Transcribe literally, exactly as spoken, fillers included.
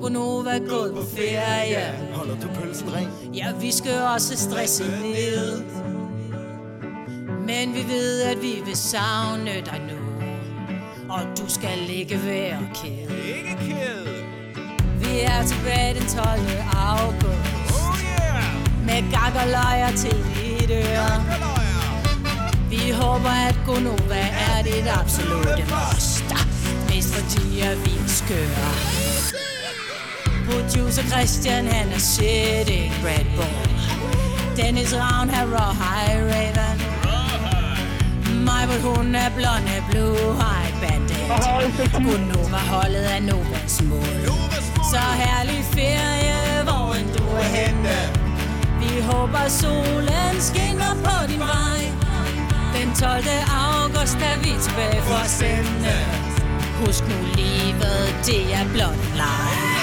Gonova gået på ferie. Holder du pølsen ren? Ja, vi skal også stresse ned. Men vi ved, at vi vil savne dig nu. Og du skal ikke være ked. Ikke ked. Vi er tilbage den tolvte august. Oh yeah! Med gak og løjer til dit øre. Vi håber, at Gonova er dit absolutte must. Mest fordi at vi er skøre. Producer Christian, han er shitting Red Bull. Dennis Ravn har Rawhide Raven. Majbert, hun er blonde Blue High Bandit. Gonova holdet er Novas mål. Så herlig ferie, hvor end du er henne. Vi håber solen skinner på din vej. Den tolvte august er vi tilbage for at sende. Husk nu livet, det er blot en leg.